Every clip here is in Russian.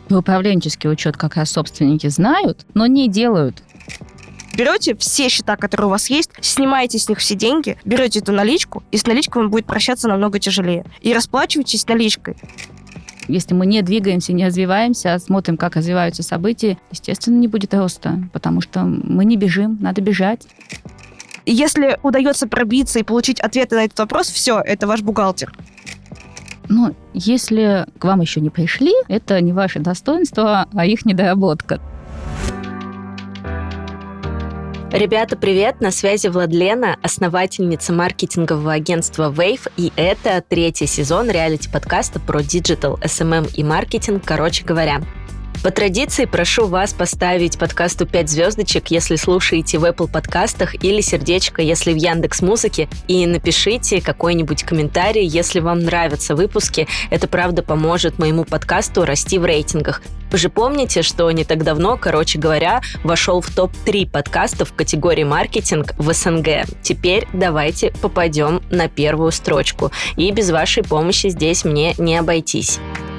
Управленческий учет как раз собственники знают, но не делают. Берете все счета, которые у вас есть, снимаете с них все деньги, берете эту наличку, и с наличкой вам будет прощаться намного тяжелее. И расплачивайтесь наличкой. Если мы не двигаемся, не развиваемся, а смотрим, как развиваются события, естественно, не будет роста, потому что мы не бежим, надо бежать. И если удается пробиться и получить ответы на этот вопрос, все, это ваш бухгалтер. Но если к вам еще не пришли, это не ваше достоинство, а их недоработка. Ребята, привет! На связи Владлена, основательница маркетингового агентства Wave, и это 3-й сезон реалити-подкаста про диджитал, SMM и маркетинг, короче говоря. По традиции прошу вас поставить подкасту 5 звездочек, если слушаете в Apple подкастах, или сердечко, если в Яндекс.Музыке, и напишите какой-нибудь комментарий, если вам нравятся выпуски. Это правда поможет моему подкасту расти в рейтингах. Вы же помните, что не так давно, короче говоря, вошел в топ-3 подкастов в категории маркетинг в СНГ. Теперь давайте попадем на первую строчку. И без вашей помощи здесь мне не обойтись.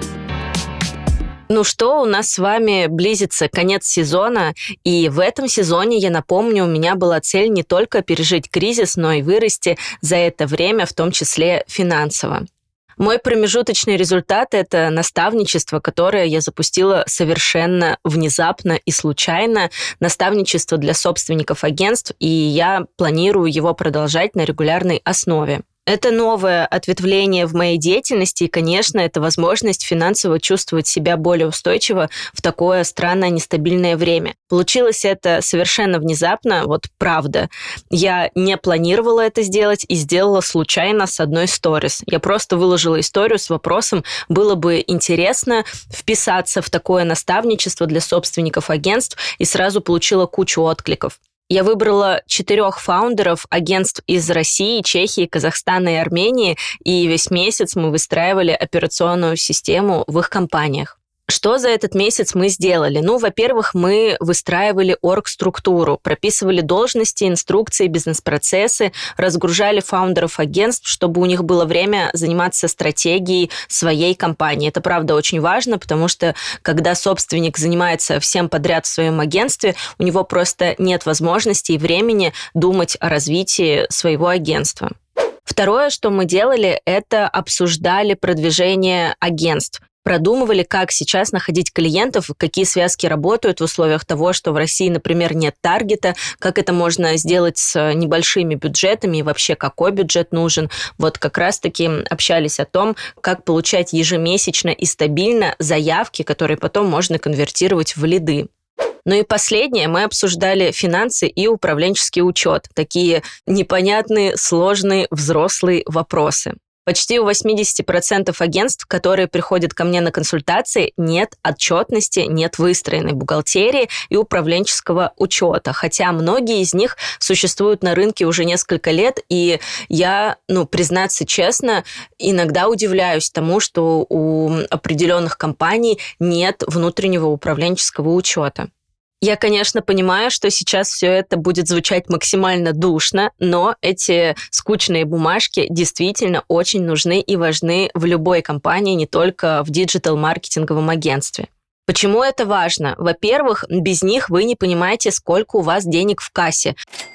Ну что, у нас с вами близится конец сезона, и в этом сезоне, я напомню, у меня была цель не только пережить кризис, но и вырасти за это время, в том числе финансово. Мой промежуточный результат – это наставничество, которое я запустила совершенно внезапно и случайно. Наставничество для собственников агентств, и я планирую его продолжать на регулярной основе. Это новое ответвление в моей деятельности, и, конечно, это возможность финансово чувствовать себя более устойчиво в такое странное нестабильное время. Получилось это совершенно внезапно, вот правда. Я не планировала это сделать и сделала случайно с одной сторис. Я просто выложила историю с вопросом, было бы интересно вписаться в такое наставничество для собственников агентств, и сразу получила кучу откликов. Я выбрала 4 фаундеров агентств из России, Чехии, Казахстана и Армении, и весь месяц мы выстраивали операционную систему в их компаниях. Что за этот месяц мы сделали? Ну, во-первых, мы выстраивали оргструктуру, прописывали должности, инструкции, бизнес-процессы, разгружали фаундеров агентств, чтобы у них было время заниматься стратегией своей компании. Это, правда, очень важно, потому что, когда собственник занимается всем подряд в своем агентстве, у него просто нет возможности и времени думать о развитии своего агентства. Второе, что мы делали, это обсуждали продвижение агентств. Продумывали, как сейчас находить клиентов, какие связки работают в условиях того, что в России, например, нет таргета, как это можно сделать с небольшими бюджетами и вообще какой бюджет нужен. Вот как раз-таки общались о том, как получать ежемесячно и стабильно заявки, которые потом можно конвертировать в лиды. Ну и последнее, мы обсуждали финансы и управленческий учет. Такие непонятные, сложные, взрослые вопросы. Почти у 80% агентств, которые приходят ко мне на консультации, нет отчетности, нет выстроенной бухгалтерии и управленческого учета. Хотя многие из них существуют на рынке уже несколько лет, и я, признаться честно, иногда удивляюсь тому, что у определенных компаний нет внутреннего управленческого учета. Я, конечно, понимаю, что сейчас все это будет звучать максимально душно, но эти скучные бумажки действительно очень нужны и важны в любой компании, не только в диджитал-маркетинговом агентстве. Почему это важно? Во-первых, без них вы не понимаете, сколько у вас денег в кассе.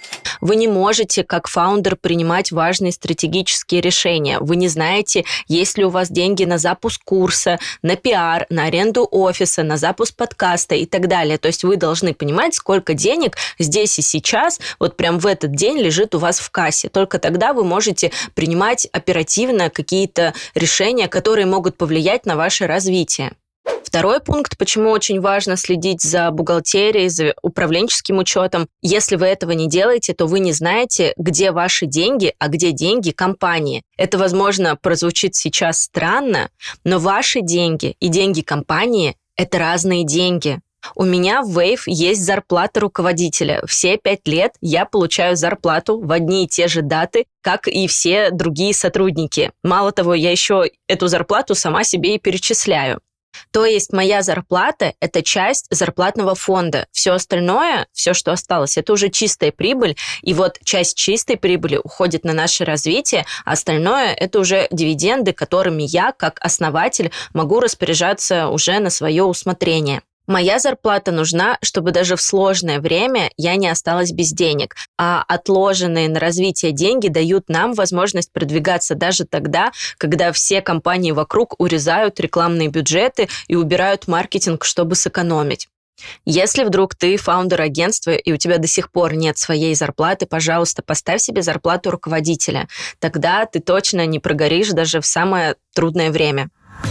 Вы не можете, как фаундер, принимать важные стратегические решения. Вы не знаете, есть ли у вас деньги на запуск курса, на пиар, на аренду офиса, на запуск подкаста и так далее. То есть вы должны понимать, сколько денег здесь и сейчас, вот прям в этот день лежит у вас в кассе. Только тогда вы можете принимать оперативно какие-то решения, которые могут повлиять на ваше развитие. Второй пункт, почему очень важно следить за бухгалтерией, за управленческим учетом. Если вы этого не делаете, то вы не знаете, где ваши деньги, а где деньги компании. Это, возможно, прозвучит сейчас странно, но ваши деньги и деньги компании – это разные деньги. У меня в Wave есть зарплата руководителя. Все 5 лет я получаю зарплату в одни и те же даты, как и все другие сотрудники. Мало того, я еще эту зарплату сама себе и перечисляю. То есть моя зарплата – это часть зарплатного фонда. Все остальное, все, что осталось, это уже чистая прибыль. И вот часть чистой прибыли уходит на наше развитие, а остальное – это уже дивиденды, которыми я, как основатель, могу распоряжаться уже на свое усмотрение. Моя зарплата нужна, чтобы даже в сложное время я не осталась без денег, а отложенные на развитие деньги дают нам возможность продвигаться даже тогда, когда все компании вокруг урезают рекламные бюджеты и убирают маркетинг, чтобы сэкономить. Если вдруг ты фаундер агентства и у тебя до сих пор нет своей зарплаты, пожалуйста, поставь себе зарплату руководителя. Тогда ты точно не прогоришь даже в самое трудное время.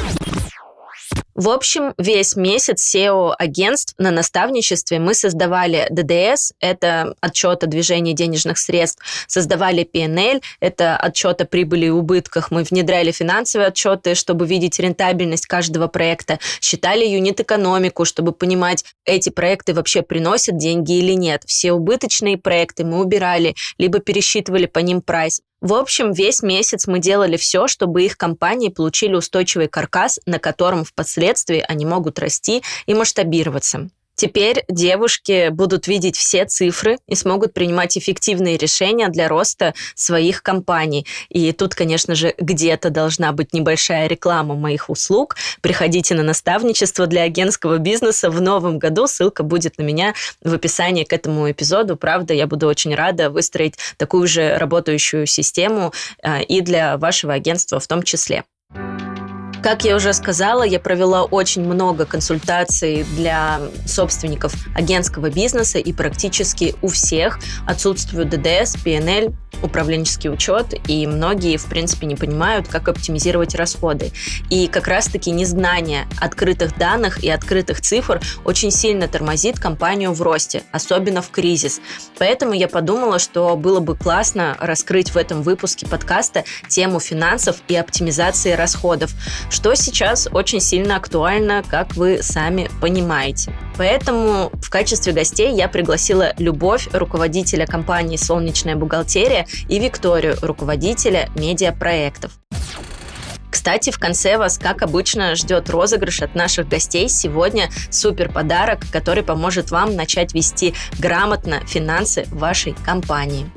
В общем, весь месяц SEO-агентств на наставничестве мы создавали ДДС, это отчет о движении денежных средств, создавали P&L, это отчет о прибыли и убытках, мы внедряли финансовые отчеты, чтобы видеть рентабельность каждого проекта, считали юнит-экономику, чтобы понимать, эти проекты вообще приносят деньги или нет. Все убыточные проекты мы убирали, либо пересчитывали по ним прайс. В общем, весь месяц мы делали все, чтобы их компании получили устойчивый каркас, на котором впоследствии они могут расти и масштабироваться. Теперь девушки будут видеть все цифры и смогут принимать эффективные решения для роста своих компаний. И тут, конечно же, где-то должна быть небольшая реклама моих услуг. Приходите на наставничество для агентского бизнеса в новом году. Ссылка будет на меня в описании к этому эпизоду. Правда, я буду очень рада выстроить такую же работающую систему и для вашего агентства в том числе. Как я уже сказала, я провела очень много консультаций для собственников агентского бизнеса, и практически у всех отсутствуют ДДС, P&L, управленческий учет, и многие, в принципе, не понимают, как оптимизировать расходы. И как раз-таки незнание открытых данных и открытых цифр очень сильно тормозит компанию в росте, особенно в кризис. Поэтому я подумала, что было бы классно раскрыть в этом выпуске подкаста тему финансов и оптимизации расходов, что сейчас очень сильно актуально, как вы сами понимаете. Поэтому в качестве гостей я пригласила Любовь, руководителя компании «Солнечная бухгалтерия», и Викторию, руководителя медиапроектов. Кстати, в конце вас, как обычно, ждет розыгрыш от наших гостей. Сегодня супер подарок, который поможет вам начать вести грамотно финансы в вашей компании.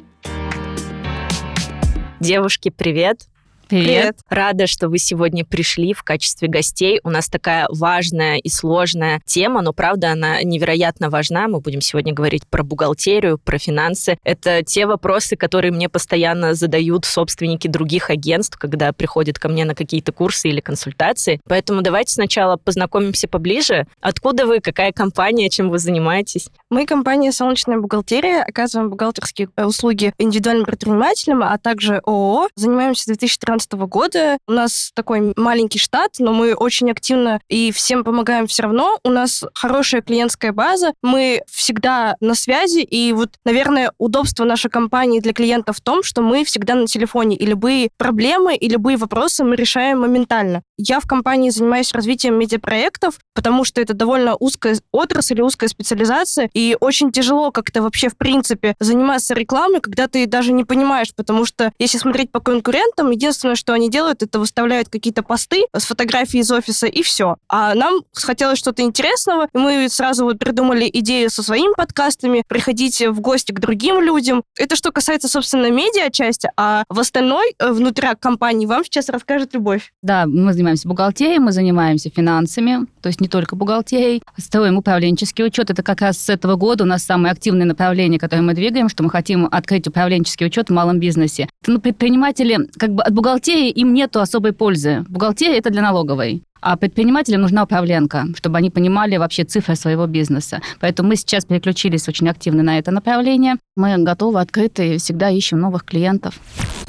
Девушки, привет! Привет. Рада, что вы сегодня пришли в качестве гостей. У нас такая важная и сложная тема, но, правда, она невероятно важна. Мы будем сегодня говорить про бухгалтерию, про финансы. Это те вопросы, которые мне постоянно задают собственники других агентств, когда приходят ко мне на какие-то курсы или консультации. Поэтому давайте сначала познакомимся поближе. Откуда вы, какая компания, чем вы занимаетесь? Мы компания «Солнечная бухгалтерия», оказываем бухгалтерские услуги индивидуальным предпринимателям, а также ООО. Занимаемся с 2013 года. У нас такой маленький штат, но мы очень активно и всем помогаем все равно. У нас хорошая клиентская база, мы всегда на связи, и вот, наверное, удобство нашей компании для клиентов в том, что мы всегда на телефоне, и любые проблемы, и любые вопросы мы решаем моментально. Я в компании занимаюсь развитием медиапроектов, потому что это довольно узкая отрасль, узкая специализация, и очень тяжело как-то вообще, в принципе, заниматься рекламой, когда ты даже не понимаешь, потому что если смотреть по конкурентам, единственное, что они делают, это выставляют какие-то посты с фотографией из офиса, и все. А нам хотелось что-то интересного, и мы сразу вот придумали идею со своими подкастами, приходить в гости к другим людям. Это что касается, собственно, медиа-части, а в остальной, внутри компании, вам сейчас расскажет Любовь. Да, мы занимаемся бухгалтерией, мы занимаемся финансами, то есть не только бухгалтерией. Строим управленческий учет. Это как раз с этого года у нас самое активное направление, которое мы двигаем, что мы хотим открыть управленческий учет в малом бизнесе. Ну, предприниматели, как бы от бухгалтерии им нету особой пользы. Бухгалтерия – это для налоговой. А предпринимателям нужна управленка, чтобы они понимали вообще цифры своего бизнеса. Поэтому мы сейчас переключились очень активно на это направление. Мы готовы, открыты и всегда ищем новых клиентов.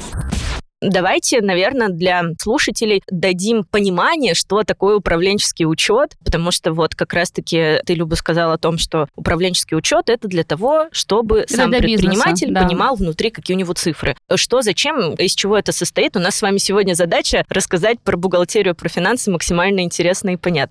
Давайте, наверное, для слушателей дадим понимание, что такое управленческий учет, потому что вот как раз-таки ты, Люба, сказала о том, что управленческий учет – это для того, чтобы это сам предприниматель бизнеса, да. понимал внутри, какие у него цифры. Что, зачем, из чего это состоит? У нас с вами сегодня задача рассказать про бухгалтерию, про финансы максимально интересно и понятно.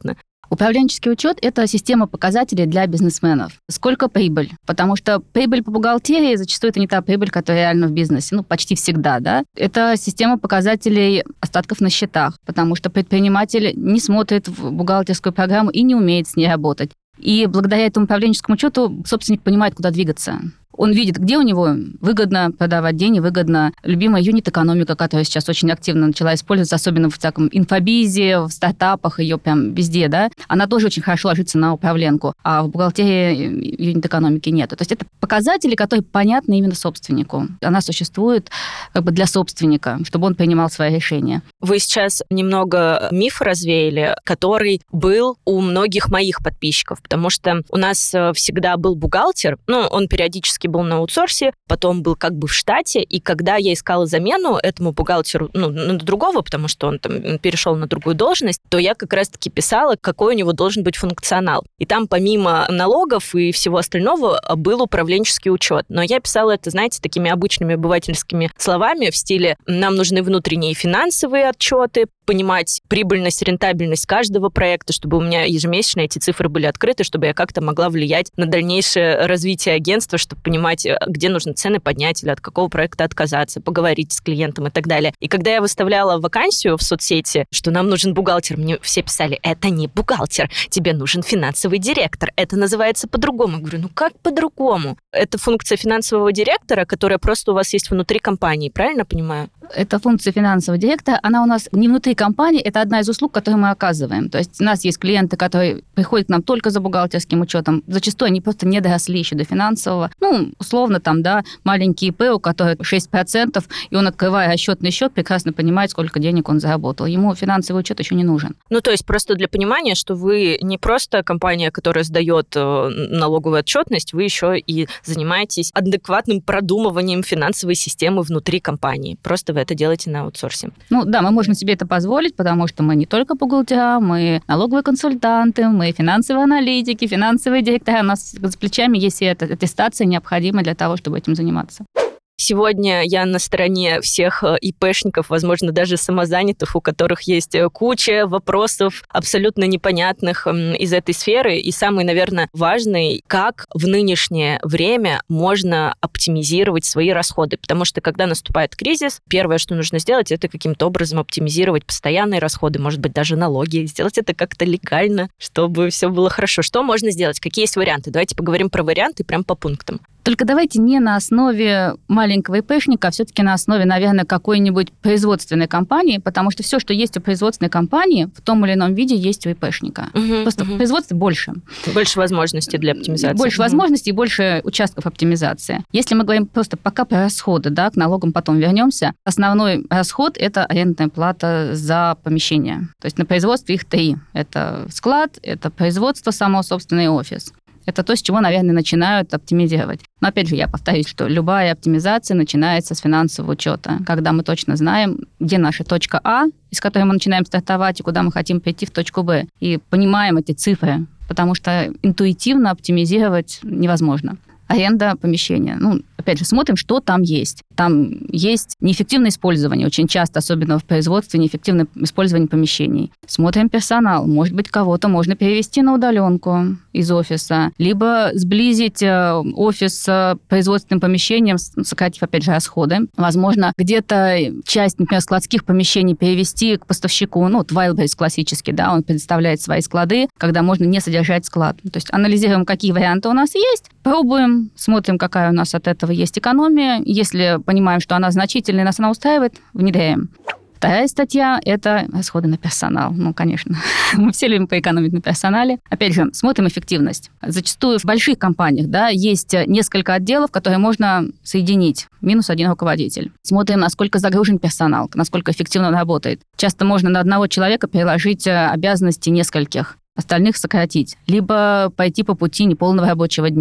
Управленческий учет – это система показателей для бизнесменов. Сколько прибыль? Потому что прибыль по бухгалтерии зачастую это не та прибыль, которая реально в бизнесе. Почти всегда, да. Это система показателей остатков на счетах, потому что предприниматель не смотрит в бухгалтерскую программу и не умеет с ней работать. И благодаря этому управленческому учету собственник понимает, куда двигаться. Он видит, где у него выгодно продавать деньги, выгодно любимая юнит-экономика, которая сейчас очень активно начала использоваться, особенно в всяком инфобизе, в стартапах, ее прям везде, да. Она тоже очень хорошо ложится на управленку, а в бухгалтерии юнит-экономики нет. То есть это показатели, которые понятны именно собственнику. Она существует для собственника, чтобы он принимал свои решения. Вы сейчас немного миф развеяли, который был у многих моих подписчиков, потому что у нас всегда был бухгалтер, он периодически был на аутсорсе, потом был как бы в штате, и когда я искала замену этому бухгалтеру, на другого, потому что он там перешел на другую должность, то я как раз-таки писала, какой у него должен быть функционал. И там помимо налогов и всего остального был управленческий учет. Но я писала это, знаете, такими обычными обывательскими словами в стиле «нам нужны внутренние финансовые отчеты», понимать прибыльность, рентабельность каждого проекта, чтобы у меня ежемесячно эти цифры были открыты, чтобы я как-то могла влиять на дальнейшее развитие агентства, чтобы понимать, где нужно цены поднять или от какого проекта отказаться, поговорить с клиентом и так далее. И когда я выставляла вакансию в соцсети, что нам нужен бухгалтер, мне все писали, это не бухгалтер, тебе нужен финансовый директор, это называется по-другому. Я говорю, как по-другому? Это функция финансового директора, которая просто у вас есть внутри компании, правильно понимаю? Эта функция финансового директора, она у нас не внутри компании, это одна из услуг, которую мы оказываем. То есть у нас есть клиенты, которые приходят к нам только за бухгалтерским учетом. Зачастую они просто не доросли еще до финансового. Условно, маленький ИП, у которого 6%, и он, открывая расчетный счет, прекрасно понимает, сколько денег он заработал. Ему финансовый учет еще не нужен. То есть просто для понимания, что вы не просто компания, которая сдает налоговую отчетность, вы еще и занимаетесь адекватным продумыванием финансовой системы внутри компании. Просто вы это делаете на аутсорсе. Да, мы можем себе это позволить, потому что мы не только бухгалтера, мы налоговые консультанты, мы финансовые аналитики, финансовые директора. У нас с плечами есть и эта аттестация необходимая для того, чтобы этим заниматься. Сегодня я на стороне всех ИПшников, возможно, даже самозанятых, у которых есть куча вопросов абсолютно непонятных из этой сферы. И самый, наверное, важный, как в нынешнее время можно оптимизировать свои расходы. Потому что, когда наступает кризис, первое, что нужно сделать, это каким-то образом оптимизировать постоянные расходы, может быть, даже налоги, сделать это как-то легально, чтобы все было хорошо. Что можно сделать? Какие есть варианты? Давайте поговорим про варианты прям по пунктам. Только давайте не на основе маленького ИПшника, а все-таки на основе, наверное, какой-нибудь производственной компании, потому что все, что есть у производственной компании, в том или ином виде есть у ИПшника. Просто в производстве больше. Больше возможностей для оптимизации. Больше возможностей и больше участков оптимизации. Если мы говорим просто пока про расходы, к налогам потом вернемся, основной расход – это арендная плата за помещение. То есть на производстве их 3. Это склад, это производство, само собственный офис. Это то, с чего, наверное, начинают оптимизировать. Но, опять же, я повторюсь, что любая оптимизация начинается с финансового учета, когда мы точно знаем, где наша точка А, из которой мы начинаем стартовать, и куда мы хотим прийти в точку Б, и понимаем эти цифры, потому что интуитивно оптимизировать невозможно. Аренда помещения. Опять же, смотрим, что там есть. Там есть неэффективное использование. Очень часто, особенно в производстве, неэффективное использование помещений. Смотрим персонал. Может быть, кого-то можно перевести на удаленку из офиса. Либо сблизить офис с производственным помещением, сократив, опять же, расходы. Возможно, где-то часть, например, складских помещений перевести к поставщику. Wildberries классический, он предоставляет свои склады, когда можно не содержать склад. То есть анализируем, какие варианты у нас есть, пробуем, смотрим, какая у нас от этого есть экономия. Если понимаем, что она значительная, нас она устраивает, внедряем. Вторая статья – это расходы на персонал. Конечно, мы все любим поэкономить на персонале. Опять же, смотрим эффективность. Зачастую в больших компаниях есть несколько отделов, которые можно соединить. Минус один руководитель. Смотрим, насколько загружен персонал, насколько эффективно он работает. Часто можно на одного человека переложить обязанности нескольких, остальных сократить. Либо пойти по пути неполного рабочего дня.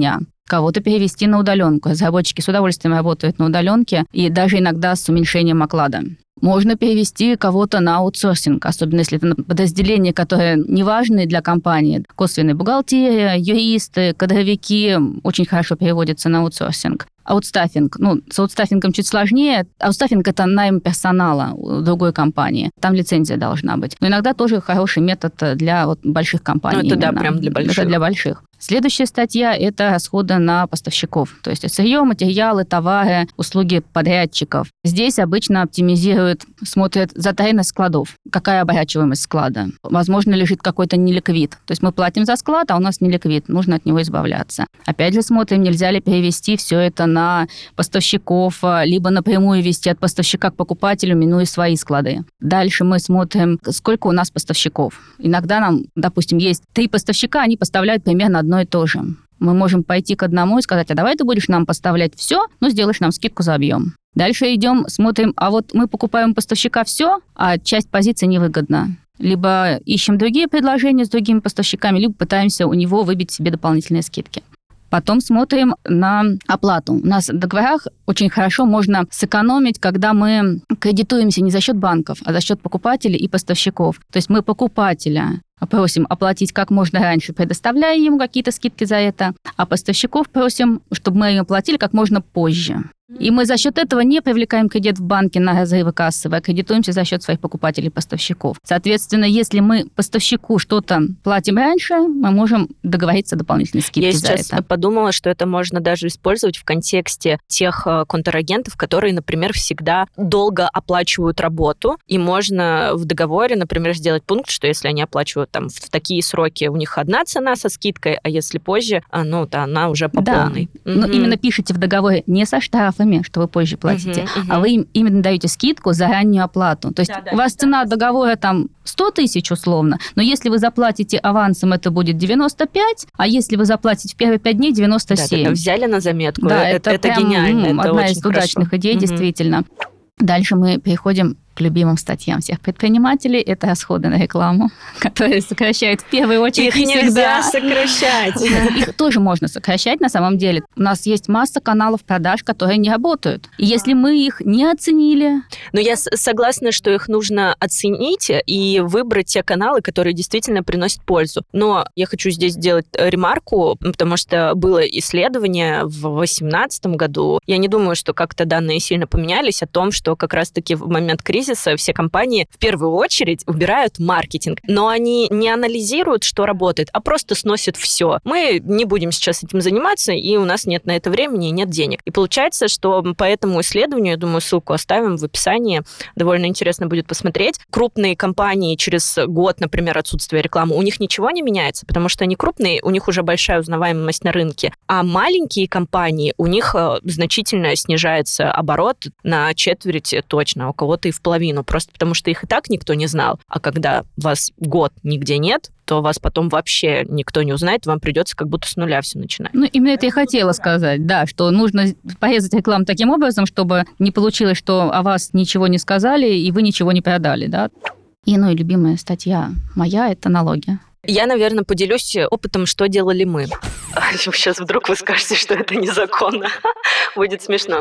кого-то перевести на удаленку. Разработчики с удовольствием работают на удаленке и даже иногда с уменьшением оклада. Можно перевести кого-то на аутсорсинг, особенно если это подразделения, которые не важны для компании. Косвенная бухгалтерия, юристы, кадровики очень хорошо переводятся на аутсорсинг. Аутстаффинг. С аутстаффингом чуть сложнее. Аутстаффинг – это найм персонала у другой компании. Там лицензия должна быть. Но иногда тоже хороший метод для больших компаний. Это да, прям для больших. Это для больших. Следующая статья – это расходы на поставщиков. То есть сырье, материалы, товары, услуги подрядчиков. Здесь обычно оптимизируют, смотрят затаренность складов. Какая оборачиваемость склада? Возможно, лежит какой-то неликвид. То есть мы платим за склад, а у нас неликвид. Нужно от него избавляться. Опять же смотрим, нельзя ли перевести все это на поставщиков, либо напрямую вести от поставщика к покупателю, минуя свои склады. Дальше мы смотрим, сколько у нас поставщиков. Иногда нам, допустим, есть 3 поставщика, они поставляют примерно одно и то же. Мы можем пойти к одному и сказать, а давай ты будешь нам поставлять все, но сделаешь нам скидку за объем. Дальше идем, смотрим, а вот мы покупаем у поставщика все, а часть позиций невыгодна. Либо ищем другие предложения с другими поставщиками, либо пытаемся у него выбить себе дополнительные скидки. Потом смотрим на оплату. У нас в договорах очень хорошо можно сэкономить, когда мы кредитуемся не за счет банков, а за счет покупателей и поставщиков. То есть мы покупателя просим оплатить как можно раньше, предоставляя ему какие-то скидки за это, а поставщиков просим, чтобы мы им оплатили как можно позже. И мы за счет этого не привлекаем кредит в банке на разрывы кассовые, а кредитуемся за счет своих покупателей и поставщиков. Соответственно, если мы поставщику что-то платим раньше, мы можем договориться о дополнительной скидке за это. Я сейчас подумала, что это можно даже использовать в контексте тех контрагентов, которые, например, всегда долго оплачивают работу, и можно в договоре, например, сделать пункт, что если они оплачивают там в такие сроки, у них одна цена со скидкой, а если позже, то она уже по полной. Но именно пишите в договоре не со штрафами, что вы позже платите, а вы им именно даете скидку за раннюю оплату. То есть у вас цена договора там 100 тысяч условно, но если вы заплатите авансом, это будет 95, а если вы заплатите в первые 5 дней, 97. Да, взяли на заметку. Да, это прям, гениально. Это одна очень из удачных идей, хорошо. действительно. Дальше мы переходим к любимым статьям всех предпринимателей. Это расходы на рекламу, которые сокращают в первую очередь. Их нельзя сокращать. Их тоже можно сокращать на самом деле. У нас есть масса каналов продаж, которые не работают. И если мы их не оценили... Но я согласна, что их нужно оценить и выбрать те каналы, которые действительно приносят пользу. Но я хочу здесь сделать ремарку, потому что было исследование в 2018 году. Я не думаю, что как-то данные сильно поменялись о том, что как раз-таки в момент кризиса все компании в первую очередь убирают маркетинг. Но они не анализируют, что работает, а просто сносят все. Мы не будем сейчас этим заниматься, и у нас нет на это времени и нет денег. И получается, что по этому исследованию, я думаю, ссылку оставим в описании, довольно интересно будет посмотреть. Крупные компании через год, например, отсутствия рекламы, у них ничего не меняется, потому что они крупные, у них уже большая узнаваемость на рынке. А маленькие компании, у них значительно снижается оборот на четверть точно, у кого-то и в половину, просто потому что их и так никто не знал. А когда вас год нигде нет, то вас потом вообще никто не узнает, вам придется как будто с нуля все начинать. Именно это я хотела сказать, да, что нужно порезать рекламу таким образом, чтобы не получилось, что о вас ничего не сказали, и вы ничего не продали, да. И, и любимая статья моя – это налоги. Я, наверное, поделюсь опытом, что делали мы. Сейчас вдруг вы скажете, что это незаконно. Будет смешно.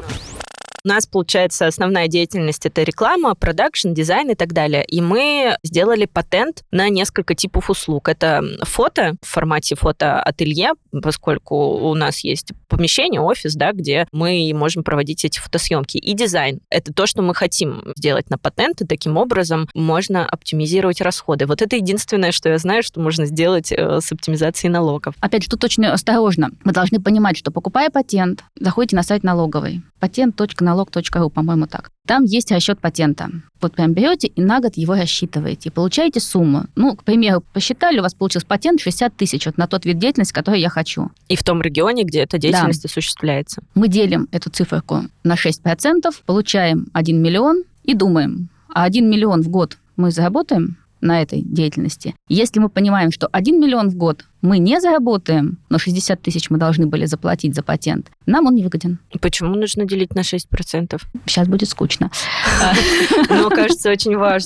У нас, получается, основная деятельность – это реклама, продакшн, дизайн и так далее. И мы сделали патент на несколько типов услуг. Это фото в формате фотоателье, поскольку у нас есть помещение, офис, да, где мы можем проводить эти фотосъемки. И дизайн – это то, что мы хотим сделать на патент, и таким образом можно оптимизировать расходы. Вот это единственное, что я знаю, что можно сделать с оптимизацией налогов. Опять же, тут очень осторожно. Вы должны понимать, что, покупая патент, заходите на сайт налоговой. Patent.налог.ру, по-моему, так. Там есть расчет патента. Вот прям берете и на год его рассчитываете. Получаете сумму. К примеру, посчитали, у вас получился патент 60 тысяч вот на тот вид деятельности, который я хочу. И в том регионе, где эта деятельность осуществляется. Мы делим эту циферку на 6%, получаем 1 миллион и думаем, а 1 миллион в год мы заработаем на этой деятельности. Если мы понимаем, что 1 миллион в год мы не заработаем, но 60 тысяч мы должны были заплатить за патент, нам он не выгоден. Почему нужно делить на 6%? Сейчас будет скучно. Но, кажется, очень важно.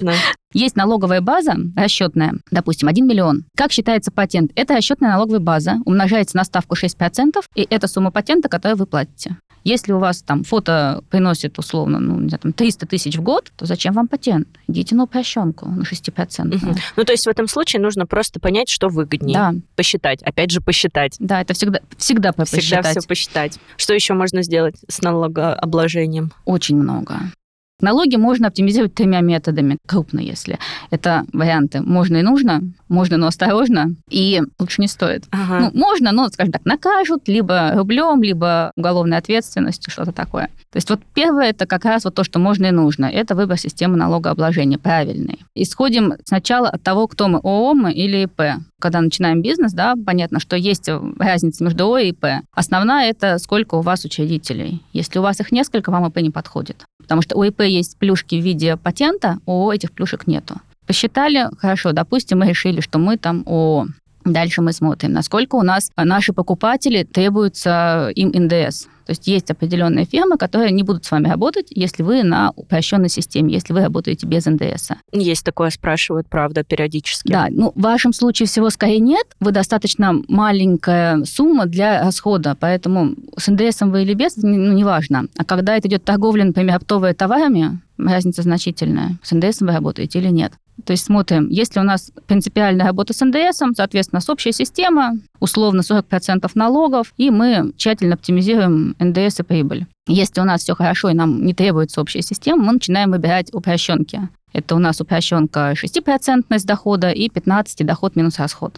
Есть налоговая база расчетная, допустим, 1 миллион. Как считается патент? Это расчетная налоговая база, умножается на ставку 6%, и это сумма патента, которую вы платите. Если у вас там фото приносит условно, не знаю, там 300 тысяч в год, то зачем вам патент? Идите на упрощенку, на 6%. Ну, то есть в этом случае нужно просто понять, что выгоднее. Да. Посчитать. Опять же, посчитать. Да, это всегда посчитать. Всегда все посчитать. Что еще можно сделать с налогообложением? Очень много. Налоги можно оптимизировать 3 методами, крупно, если. Это варианты «можно и нужно», «можно, но осторожно» и «лучше не стоит». Ага. Можно, но, скажем так, накажут либо рублем, либо уголовной ответственностью, что-то такое. То есть первое, это как раз то, что можно и нужно. Это выбор системы налогообложения правильный. Исходим сначала от того, кто мы, ООО мы или ИП. Когда начинаем бизнес, понятно, что есть разница между ООО и ИП. Основная – это сколько у вас учредителей. Если у вас их несколько, вам ИП не подходит. Потому что у ИП есть плюшки в виде патента, у ООО этих плюшек нету. Посчитали, хорошо, допустим, мы решили, что мы там ООО. Дальше мы смотрим, насколько у нас наши покупатели требуются им НДС. То есть определенные фирмы, которые не будут с вами работать, если вы на упрощенной системе, если вы работаете без НДС. Есть такое, спрашивают, правда, периодически. Да, в вашем случае всего скорее нет. Вы достаточно маленькая сумма для расхода, поэтому с НДСом вы или без, неважно. А когда это идет торговля, например, оптовыми товарами, разница значительная. С НДСом вы работаете или нет. То есть смотрим, если у нас принципиальная работа с НДСом, соответственно, с общей система, условно 40% налогов, и мы тщательно оптимизируем НДС и прибыль. Если у нас все хорошо и нам не требуется общая система, мы начинаем выбирать упрощенки. Это у нас упрощенка 6% дохода и 15% доход минус расход.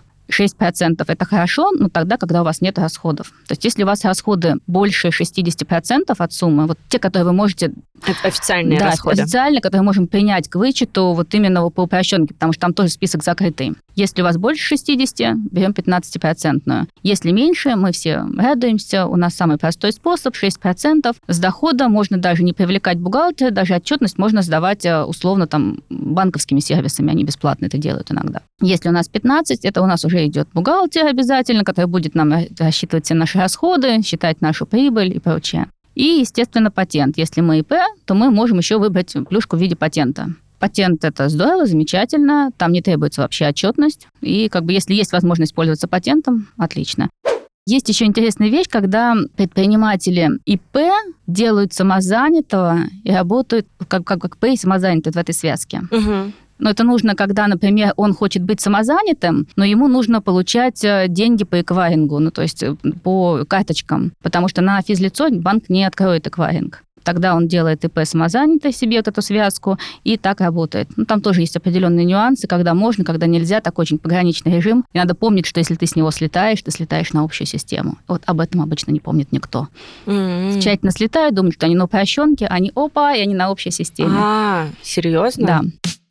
6% это хорошо, но тогда, когда у вас нет расходов. То есть если у вас расходы больше 60% от суммы, те, которые вы можете... Это официальные расходы. Да, официальные, которые мы можем принять к вычету именно по упрощенке, потому что там тоже список закрытый. Если у вас больше 60, берем 15%. Если меньше, мы все радуемся. У нас самый простой способ, 6%. С дохода можно даже не привлекать бухгалтера, даже отчетность можно сдавать условно банковскими сервисами, они бесплатно это делают иногда. Если у нас 15%, это у нас уже идет бухгалтер обязательно, который будет нам рассчитывать все наши расходы, считать нашу прибыль и прочее. И, естественно, патент. Если мы ИП, то мы можем еще выбрать плюшку в виде патента. Патент – это здорово, замечательно, там не требуется вообще отчетность. И если есть возможность пользоваться патентом, отлично. Есть еще интересная вещь, когда предприниматели ИП делают самозанятого и работают как П и самозанятый в этой связке. Угу. Но это нужно, когда, например, он хочет быть самозанятым, но ему нужно получать деньги по эквайрингу, то есть по карточкам, потому что на физлицо банк не откроет эквайринг. Тогда он делает ИП самозанятый себе эту связку, и так работает. Там тоже есть определенные нюансы, когда можно, когда нельзя, такой очень пограничный режим. И надо помнить, что если ты с него слетаешь, ты слетаешь на общую систему. Об этом обычно не помнит никто. Тщательно слетают, думают, что они на упрощенке, и они на общей системе. Серьезно? Да.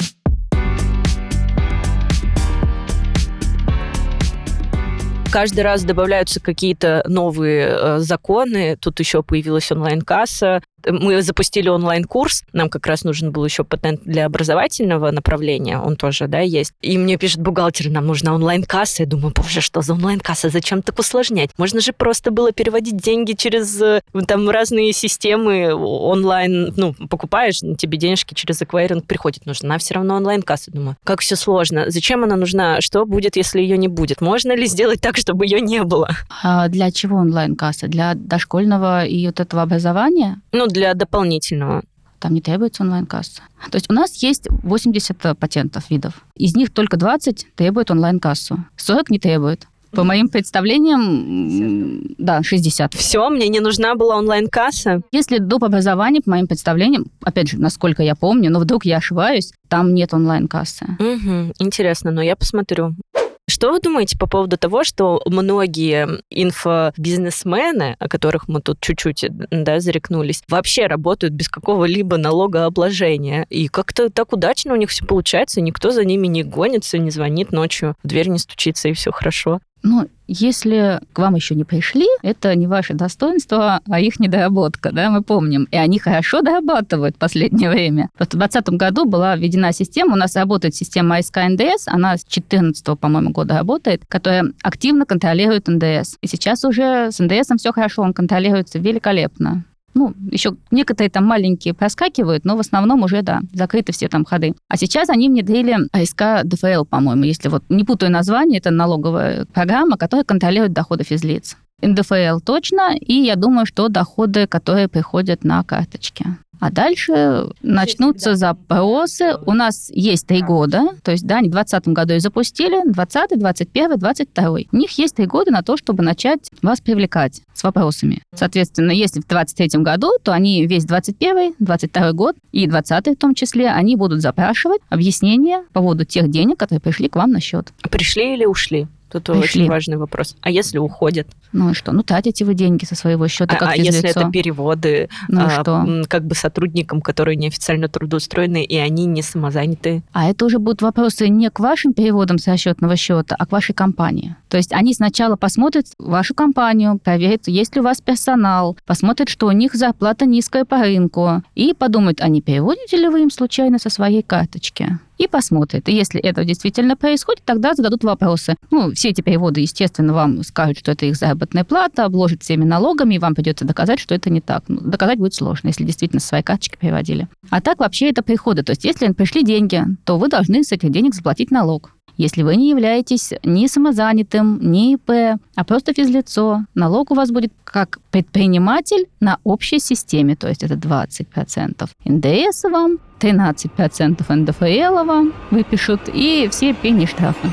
Каждый раз добавляются какие-то новые законы. Тут еще появилась онлайн-касса. Мы запустили онлайн-курс. Нам как раз нужен был еще патент для образовательного направления. Он тоже, есть. И мне пишет бухгалтер, нам нужна онлайн-касса. Я думаю, боже, что за онлайн-касса? Зачем так усложнять? Можно же просто было переводить деньги через разные системы онлайн. Покупаешь, тебе денежки через эквайринг приходят. Нужна все равно онлайн-касса. Думаю, как все сложно. Зачем она нужна? Что будет, если ее не будет? Можно ли сделать так, чтобы ее не было? А для чего онлайн-касса? Для дошкольного и этого образования? Для дополнительного. Там не требуется онлайн-касса. То есть у нас есть 80 патентов видов. Из них только 20 требуют онлайн-кассу. 40 не требует. По моим представлениям, 60. Все, мне не нужна была онлайн-касса? Если доп. Образования, по моим представлениям, опять же, насколько я помню, но вдруг я ошибаюсь, там нет онлайн-кассы. Интересно, но я посмотрю. Что вы думаете по поводу того, что многие инфобизнесмены, о которых мы тут чуть-чуть зарекнулись, вообще работают без какого-либо налогообложения? И как-то так удачно у них все получается, никто за ними не гонится, не звонит ночью, в дверь не стучится, и все хорошо. Если к вам еще не пришли, это не ваше достоинство, а их недоработка, мы помним. И они хорошо дорабатывают в последнее время. В 2020 году была введена система, у нас работает система АСК НДС, она с 2014, по-моему, года работает, которая активно контролирует НДС. И сейчас уже с НДСом все хорошо, он контролируется великолепно. Ну, еще некоторые там маленькие проскакивают, но в основном уже, да, закрыты все там ходы. А сейчас они внедрили АСК ДФЛ, по-моему, если вот не путаю название, это налоговая программа, которая контролирует доходы физлиц. НДФЛ точно, и я думаю, что доходы, которые приходят на карточки. А дальше начнутся запросы. У нас есть 3 года, то есть, да, они в 2020 году и запустили, 2020, 2021, 2022. У них есть 3 года на то, чтобы начать вас привлекать с вопросами. Соответственно, если в 2023 году, то они весь 2021, 2022 год и 2020 в том числе, они будут запрашивать объяснения по поводу тех денег, которые пришли к вам на счет. Пришли или ушли? Тут очень важный вопрос. А если уходят? Ну и что? Ну, тратите вы деньги со своего счета, как физлицо. Если это переводы как бы сотрудникам, которые неофициально трудоустроены, и они не самозанятые? А это уже будут вопросы не к вашим переводам с расчетного счета, а к вашей компании. То есть они сначала посмотрят вашу компанию, проверят, есть ли у вас персонал, посмотрят, что у них зарплата низкая по рынку, и подумают, а не переводите ли вы им случайно со своей карточки? И посмотрят. И если это действительно происходит, тогда зададут вопросы. Ну, все эти переводы, естественно, вам скажут, что это их заработная плата, обложат всеми налогами, и вам придется доказать, что это не так. Ну, доказать будет сложно, если действительно со своей карточки переводили. А так вообще это приходы. То есть если пришли деньги, то вы должны с этих денег заплатить налог. Если вы не являетесь ни самозанятым, ни ИП, а просто физлицо, налог у вас будет как предприниматель на общей системе, то есть это 20% НДС вам, 13% НДФЛ вам выпишут, и все пени штрафы.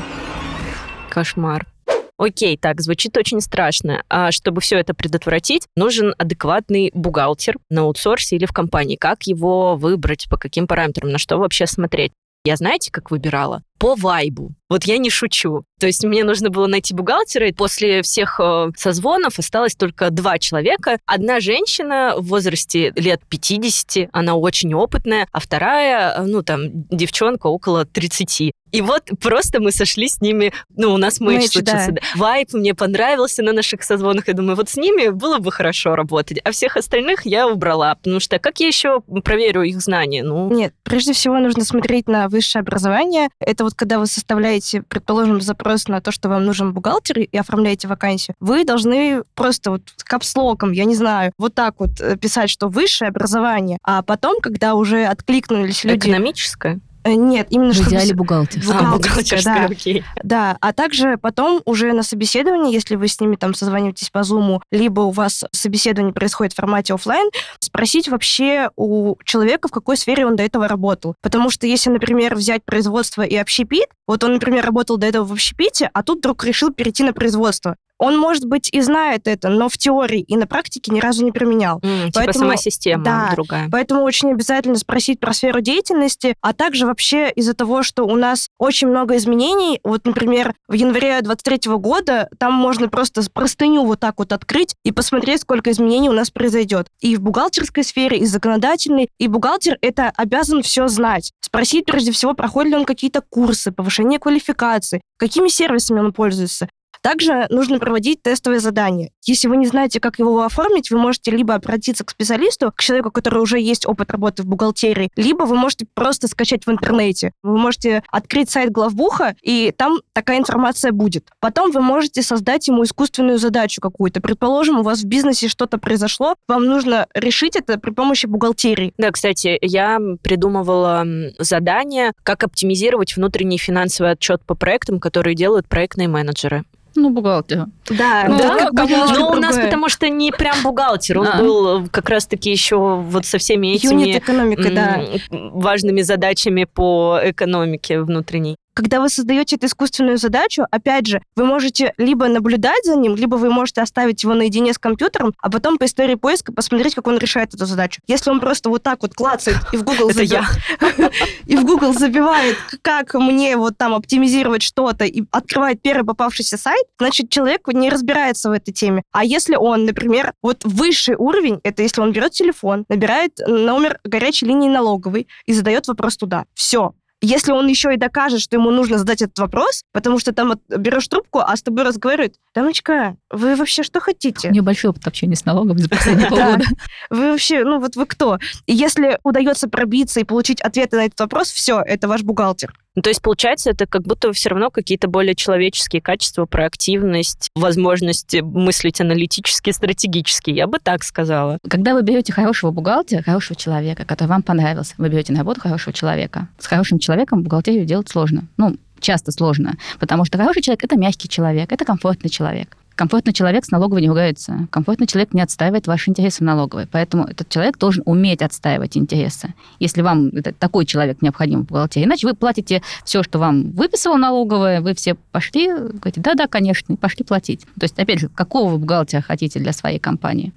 Кошмар. Окей, так, звучит очень страшно. А чтобы все это предотвратить, нужен адекватный бухгалтер на аутсорсе или в компании. Как его выбрать, по каким параметрам, на что вообще смотреть? Я знаете, как выбирала? По вайбу. Вот я не шучу. То есть мне нужно было найти бухгалтера, и после всех созвонов осталось только 2 человека. Одна женщина в возрасте лет 50, она очень опытная, а вторая, девчонка около 30. И вот просто мы сошли с ними, у нас мэч случился. Да. Вайб мне понравился на наших созвонах. Я думаю, вот с ними было бы хорошо работать, а всех остальных я убрала, потому что как я еще проверю их знания? Нет, прежде всего нужно смотреть на высшее образование. Это вот когда вы составляете, предположим, запрос на то, что вам нужен бухгалтер, и оформляете вакансию, вы должны просто вот капслоком, я не знаю, вот так вот писать, что высшее образование, а потом, когда уже откликнулись люди... Экономическое? Нет, именно в идеале бухгалтерская. Бухгалтерская, да. Окей. Да, а также потом уже на собеседовании, если вы с ними там созваниваетесь по Zoom, либо у вас собеседование происходит в формате офлайн, спросить вообще у человека, в какой сфере он до этого работал. Потому что если, например, взять производство и общепит, вот он, например, работал до этого в общепите, а тут вдруг решил перейти на производство. Он, может быть, и знает это, но в теории и на практике ни разу не применял. Поэтому, сама система другая. Поэтому очень обязательно спросить про сферу деятельности, а также вообще из-за того, что у нас очень много изменений, вот, например, в январе 2023 года там можно просто простыню вот так вот открыть и посмотреть, сколько изменений у нас произойдет. И в бухгалтерской сфере, и законодательной. И бухгалтер это обязан все знать. Спросить, прежде всего, проходит ли он какие-то курсы, повышение квалификации, какими сервисами он пользуется. Также нужно проводить тестовые задания. Если вы не знаете, как его оформить, вы можете либо обратиться к специалисту, к человеку, который уже есть опыт работы в бухгалтерии, либо вы можете просто скачать в интернете. Вы можете открыть сайт главбуха, и там такая информация будет. Потом вы можете создать ему искусственную задачу какую-то. Предположим, у вас в бизнесе что-то произошло, вам нужно решить это при помощи бухгалтерии. Да, кстати, я придумывала задание, как оптимизировать внутренний финансовый отчет по проектам, которые делают проектные менеджеры. Бухгалтер. Да, но у нас потому что не прям бухгалтер, он был как раз-таки еще вот со всеми этими важными задачами по экономике внутренней. Когда вы создаете эту искусственную задачу, опять же, вы можете либо наблюдать за ним, либо вы можете оставить его наедине с компьютером, а потом по истории поиска посмотреть, как он решает эту задачу. Если он просто вот так вот клацает и в Google забивает, как мне вот там оптимизировать что-то и открывает первый попавшийся сайт, значит, человек не разбирается в этой теме. А если он, например, вот высший уровень, это если он берет телефон, набирает номер горячей линии налоговой и задает вопрос туда. Все. Если он еще и докажет, что ему нужно задать этот вопрос, потому что там берешь трубку, а с тобой разговаривают, дамочка, вы вообще что хотите? У нее большой опыт общения с налогом за последние полгода. Вы вообще, вы кто? И если удается пробиться и получить ответы на этот вопрос, все, это ваш бухгалтер. Ну, то есть, получается, это как будто все равно какие-то более человеческие качества, проактивность, возможность мыслить аналитически, стратегически, я бы так сказала. Когда вы берете хорошего бухгалтера, хорошего человека, который вам понравился, вы берете на работу хорошего человека. С хорошим человеком бухгалтерию делать сложно. Часто сложно, потому что хороший человек – это мягкий человек, это комфортный человек. Комфортный человек с налоговой не ругается. Комфортный человек не отстаивает ваши интересы в налоговой. Поэтому этот человек должен уметь отстаивать интересы. Если вам такой человек необходим в бухгалтерии. Иначе вы платите все, что вам выписала налоговая, вы все пошли, говорите, да, конечно, пошли платить. То есть, опять же, какого вы бухгалтера хотите для своей компании?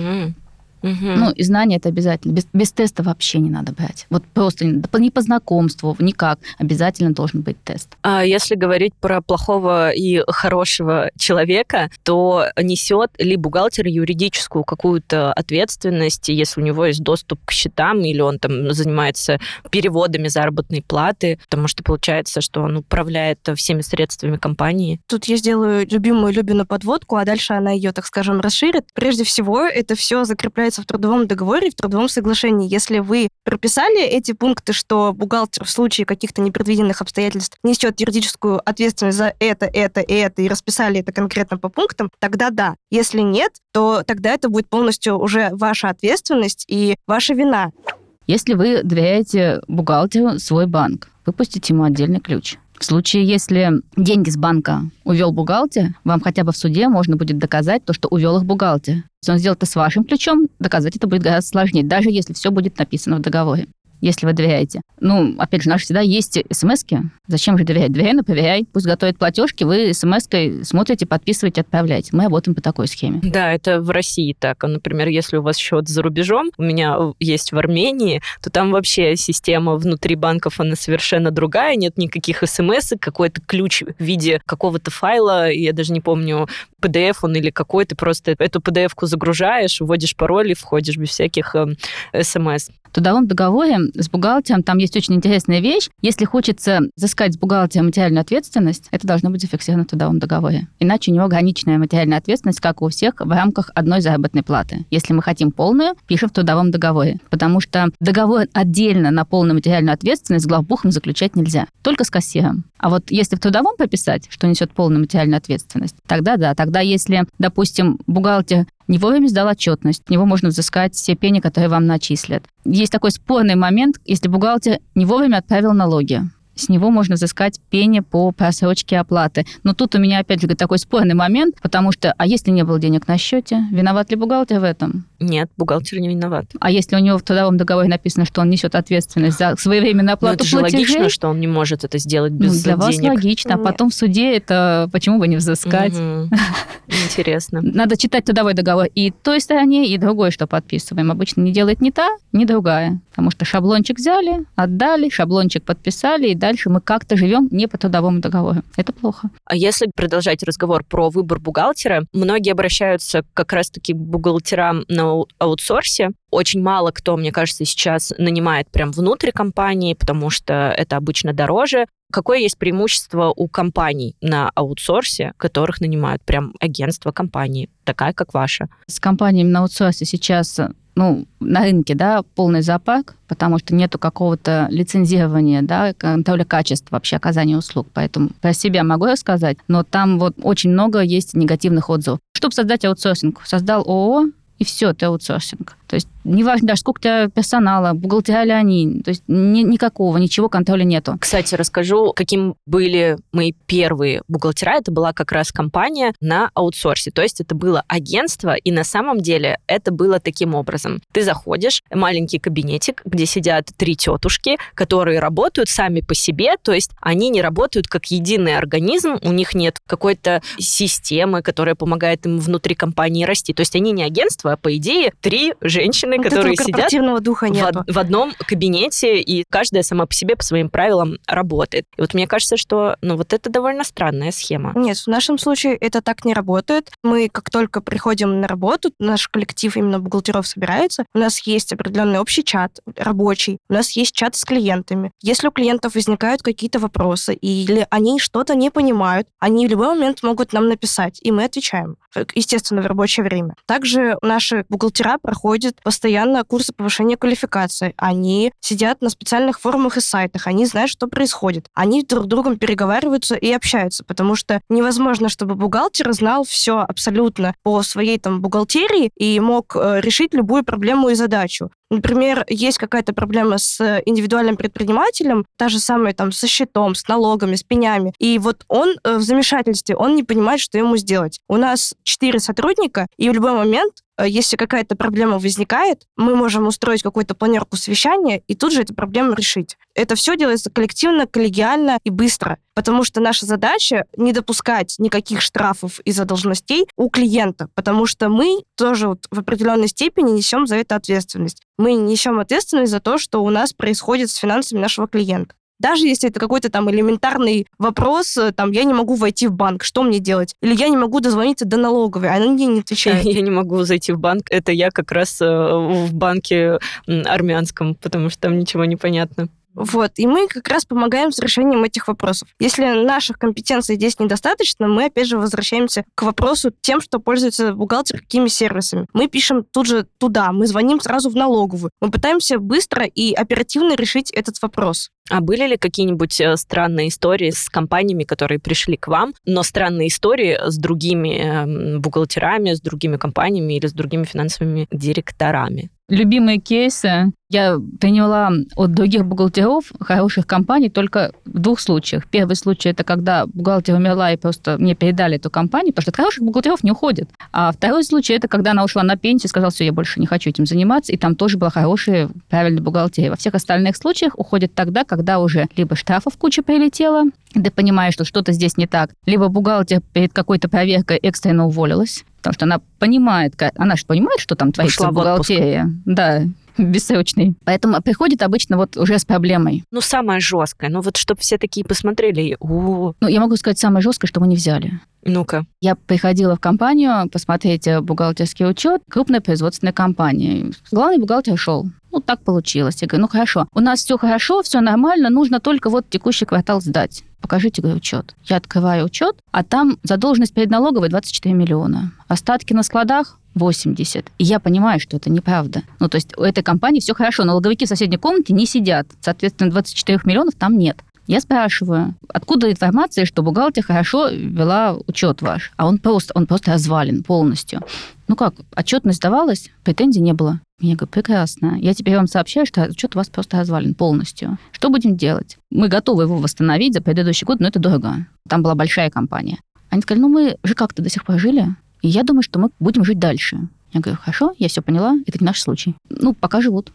И знания это обязательно. Без теста вообще не надо брать. Вот просто не по знакомству, никак. Обязательно должен быть тест. А если говорить про плохого и хорошего человека, то несет ли бухгалтер юридическую какую-то ответственность, если у него есть доступ к счетам, или он там занимается переводами заработной платы, потому что получается, что он управляет всеми средствами компании? Тут я сделаю любимую Любину подводку, а дальше она ее, так скажем, расширит. Прежде всего, это все закрепляется в трудовом договоре и в трудовом соглашении. Если вы прописали эти пункты, что бухгалтер в случае каких-то непредвиденных обстоятельств несет юридическую ответственность за это, и расписали это конкретно по пунктам, тогда да. Если нет, то тогда это будет полностью уже ваша ответственность и ваша вина. Если вы доверяете бухгалтеру свой банк, выпустите ему отдельный ключ. В случае, если деньги с банка увел бухгалтер, вам хотя бы в суде можно будет доказать то, что увел их бухгалтер. Если он сделал это с вашим ключом, доказать это будет гораздо сложнее, даже если все будет написано в договоре. Если вы доверяете. Опять же, у нас всегда есть смс-ки. Зачем же доверять? Доверяй, но проверяй. Пусть готовят платежки, вы смс-кой смотрите, подписываете, отправляете. Мы работаем по такой схеме. Да, это в России так. Например, если у вас счет за рубежом, у меня есть в Армении, то там вообще система внутри банков, она совершенно другая, нет никаких смс-ок, какой-то ключ в виде какого-то файла, я даже не помню, PDF он или какой, ты просто эту PDF-ку загружаешь, вводишь пароль и входишь без всяких смс. В трудовом договоре с бухгалтером там есть очень интересная вещь. Если хочется взыскать с бухгалтера материальную ответственность, это должно быть зафиксировано в трудовом договоре. Иначе у него ограниченная материальная ответственность, как у всех, в рамках одной заработной платы. Если мы хотим полную, пишем в трудовом договоре. Потому что договор отдельно на полную материальную ответственность с главбухом заключать нельзя. Только с кассиром. А вот если в трудовом прописать, что несет полную материальную ответственность, тогда да. Тогда если, допустим, бухгалтер не вовремя сдал отчетность, с него можно взыскать все пени, которые вам начислят. Есть такой спорный момент, если бухгалтер не вовремя отправил налоги. С него можно взыскать пени по просрочке оплаты. Но тут у меня, опять же, такой спорный момент, потому что, а если не было денег на счете, виноват ли бухгалтер в этом? Нет, бухгалтер не виноват. А если у него в трудовом договоре написано, что он несет ответственность за своевременную оплату платежей? Это же логично, что он не может это сделать без денег. Для вас логично, а потом в суде это почему бы не взыскать? Интересно. Надо читать трудовой договор и той стороне, и другой, что подписываем. Обычно не делает ни та, ни другая. Потому что шаблончик взяли, отдали, шаблончик подписали, и дальше мы как-то живем не по трудовому договору. Это плохо. А если продолжать разговор про выбор бухгалтера, многие обращаются как раз-таки к бухгалтерам на аутсорсе. Очень мало кто, мне кажется, сейчас нанимает прям внутрь компании, потому что это обычно дороже. Какое есть преимущество у компаний на аутсорсе, которых нанимают прям агентство компании, такая, как ваша? С компаниями на аутсорсе сейчас на рынке, полный зоопарк, потому что нету какого-то лицензирования, контроля качества вообще оказания услуг. Поэтому про себя могу рассказать, но там очень много есть негативных отзывов. Чтобы создать аутсорсинг, создал ООО, и все, это аутсорсинг. То есть неважно даже, сколько у тебя персонала, бухгалтера ли они, то есть никакого, ничего контроля нету. Кстати, расскажу, каким были мои первые бухгалтера. Это была как раз компания на аутсорсе. То есть это было агентство, и на самом деле это было таким образом. Ты заходишь, маленький кабинетик, где сидят 3 тетушки, которые работают сами по себе, то есть они не работают как единый организм, у них нет какой-то системы, которая помогает им внутри компании расти. То есть они не агентство, а по идее 3 женщины, которые сидят духа в одном кабинете, и каждая сама по себе, по своим правилам работает. И вот мне кажется, что это довольно странная схема. Нет, в нашем случае это так не работает. Мы, как только приходим на работу, наш коллектив именно бухгалтеров собирается, у нас есть определенный общий чат рабочий, у нас есть чат с клиентами. Если у клиентов возникают какие-то вопросы, или они что-то не понимают, они в любой момент могут нам написать, и мы отвечаем, естественно, в рабочее время. Также наши бухгалтера проходят проходят постоянно курсы повышения квалификации, они сидят на специальных форумах и сайтах, они знают, что происходит. Они друг с другом переговариваются и общаются, потому что невозможно, чтобы бухгалтер знал все абсолютно по своей бухгалтерии и мог решить любую проблему и задачу. Например, есть какая-то проблема с индивидуальным предпринимателем, та же самая со счетом, с налогами, с пенями. И вот он в замешательстве, он не понимает, что ему сделать. У нас 4 сотрудника, и в любой момент, если какая-то проблема возникает, мы можем устроить какую-то планерку совещания и тут же эту проблему решить. Это все делается коллективно, коллегиально и быстро, потому что наша задача не допускать никаких штрафов из-за должностей у клиента, потому что мы тоже в определенной степени несем за это ответственность. Мы несем ответственность за то, что у нас происходит с финансами нашего клиента. Даже если это какой-то элементарный вопрос, я не могу войти в банк, что мне делать? Или я не могу дозвониться до налоговой, она мне не отвечает. Я не могу зайти в банк, это я как раз в банке армянском, потому что там ничего не понятно. Вот, и мы как раз помогаем с решением этих вопросов. Если наших компетенций здесь недостаточно, мы, опять же, возвращаемся к вопросу тем, что пользуется бухгалтер, какими сервисами. Мы пишем тут же туда, мы звоним сразу в налоговую. Мы пытаемся быстро и оперативно решить этот вопрос. А были ли какие-нибудь странные истории с компаниями, которые пришли к вам, но странные истории с другими бухгалтерами, с другими компаниями или с другими финансовыми директорами? Любимые кейсы я приняла от других бухгалтеров хороших компаний только в 2 случаях. Первый случай – это когда бухгалтер умерла и просто мне передали эту компанию, потому что от хороших бухгалтеров не уходят. А второй случай – это когда она ушла на пенсию и сказала, все, я больше не хочу этим заниматься, и там тоже была хорошая, правильная бухгалтерия. Во всех остальных случаях уходят тогда, когда уже либо штрафов куча прилетела, ты понимаешь, что что-то здесь не так, либо бухгалтер перед какой-то проверкой экстренно уволилась, потому что она же понимает, что там творится в бухгалтерии. Да, бессрочный. Поэтому приходит обычно уже с проблемой. Самое жесткое. Чтобы все такие посмотрели. Я могу сказать, самое жесткое, что мы не взяли. Ну-ка. Я приходила в компанию посмотреть бухгалтерский учет крупной производственной компании. Главный бухгалтер шел. Так получилось. Я говорю, хорошо. У нас все хорошо, все нормально, нужно только текущий квартал сдать. Покажите, говорю, учет. Я открываю учет, а там задолженность перед налоговой 24 миллиона. Остатки на складах 80. И я понимаю, что это неправда. То есть у этой компании все хорошо, налоговики в соседней комнате не сидят. Соответственно, 24 миллионов там нет. Я спрашиваю, откуда информация, что бухгалтер хорошо вела учет ваш? А он просто развален полностью. Отчетность давалась, претензий не было. Я говорю, прекрасно. Я теперь вам сообщаю, что учет у вас просто развален полностью. Что будем делать? Мы готовы его восстановить за предыдущий год, но это дорого. Там была большая компания. Они сказали, мы же как-то до сих пор жили, и я думаю, что мы будем жить дальше. Я говорю, хорошо, я все поняла, это не наш случай. Пока живут.